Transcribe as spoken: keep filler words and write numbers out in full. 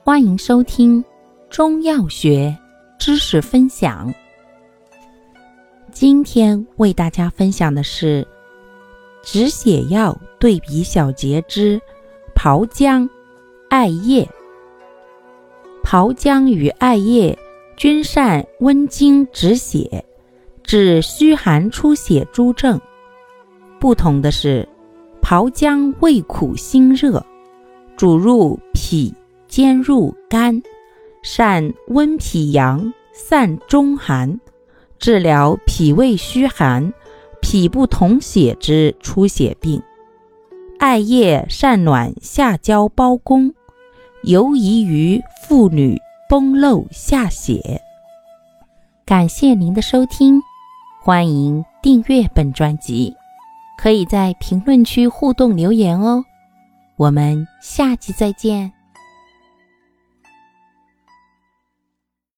欢迎收听中药学知识分享。今天为大家分享的是止血药对比小节之炮姜、艾叶。炮姜与艾叶均善温经止血，治虚寒出血诸症。不同的是，炮姜味苦辛热，主入脾兼入肝，善温脾阳，散中寒，治疗脾胃虚寒、脾不统血之出血病。艾叶善暖下焦包宫，尤宜于妇女崩漏下血。感谢您的收听，欢迎订阅本专辑，可以在评论区互动留言哦。我们下期再见。